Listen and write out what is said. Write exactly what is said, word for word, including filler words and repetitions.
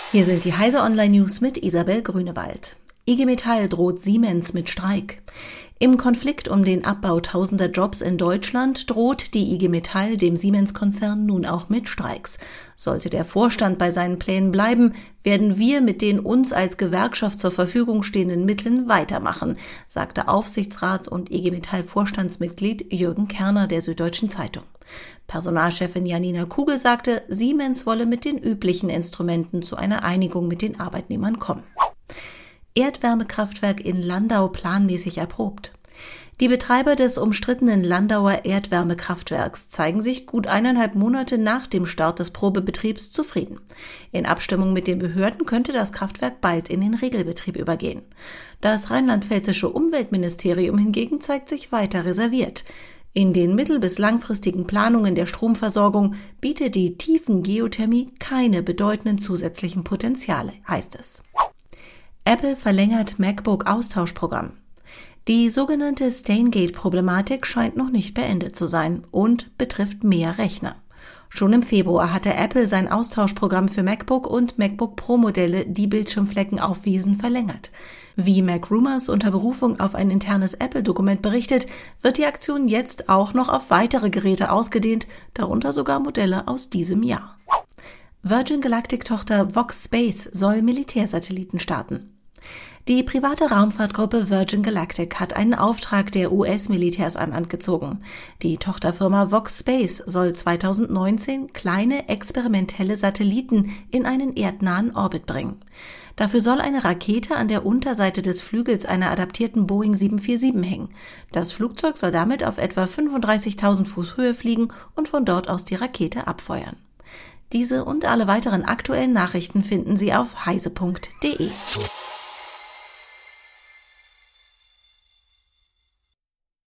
Hier sind die Heise Online News mit Isabel Grünewald. I G Metall droht Siemens mit Streik. Im Konflikt um den Abbau tausender Jobs in Deutschland droht die I G Metall dem Siemens-Konzern nun auch mit Streiks. Sollte der Vorstand bei seinen Plänen bleiben, werden wir mit den uns als Gewerkschaft zur Verfügung stehenden Mitteln weitermachen, sagte Aufsichtsrats- und I G Metall-Vorstandsmitglied Jürgen Kerner der Süddeutschen Zeitung. Personalchefin Janina Kugel sagte, Siemens wolle mit den üblichen Instrumenten zu einer Einigung mit den Arbeitnehmern kommen. Erdwärmekraftwerk in Landau planmäßig erprobt. Die Betreiber des umstrittenen Landauer Erdwärmekraftwerks zeigen sich gut eineinhalb Monate nach dem Start des Probebetriebs zufrieden. In Abstimmung mit den Behörden könnte das Kraftwerk bald in den Regelbetrieb übergehen. Das rheinland-pfälzische Umweltministerium hingegen zeigt sich weiter reserviert. In den mittel- bis langfristigen Planungen der Stromversorgung bietet die Tiefengeothermie keine bedeutenden zusätzlichen Potenziale, heißt es. Apple verlängert MacBook-Austauschprogramm. Die sogenannte Steingate-Problematik scheint noch nicht beendet zu sein und betrifft mehr Rechner. Schon im Februar hatte Apple sein Austauschprogramm für MacBook und MacBook Pro-Modelle, die Bildschirmflecken aufwiesen, verlängert. Wie MacRumors unter Berufung auf ein internes Apple-Dokument berichtet, wird die Aktion jetzt auch noch auf weitere Geräte ausgedehnt, darunter sogar Modelle aus diesem Jahr. Virgin Galactic-Tochter Vox Space soll Militärsatelliten starten. Die private Raumfahrtgruppe Virgin Galactic hat einen Auftrag der U S-Militärs an Land gezogen. Die Tochterfirma Vox Space soll zweitausendneunzehn kleine experimentelle Satelliten in einen erdnahen Orbit bringen. Dafür soll eine Rakete an der Unterseite des Flügels einer adaptierten Boeing sieben vier sieben hängen. Das Flugzeug soll damit auf etwa fünfunddreißigtausend Fuß Höhe fliegen und von dort aus die Rakete abfeuern. Diese und alle weiteren aktuellen Nachrichten finden Sie auf heise punkt de.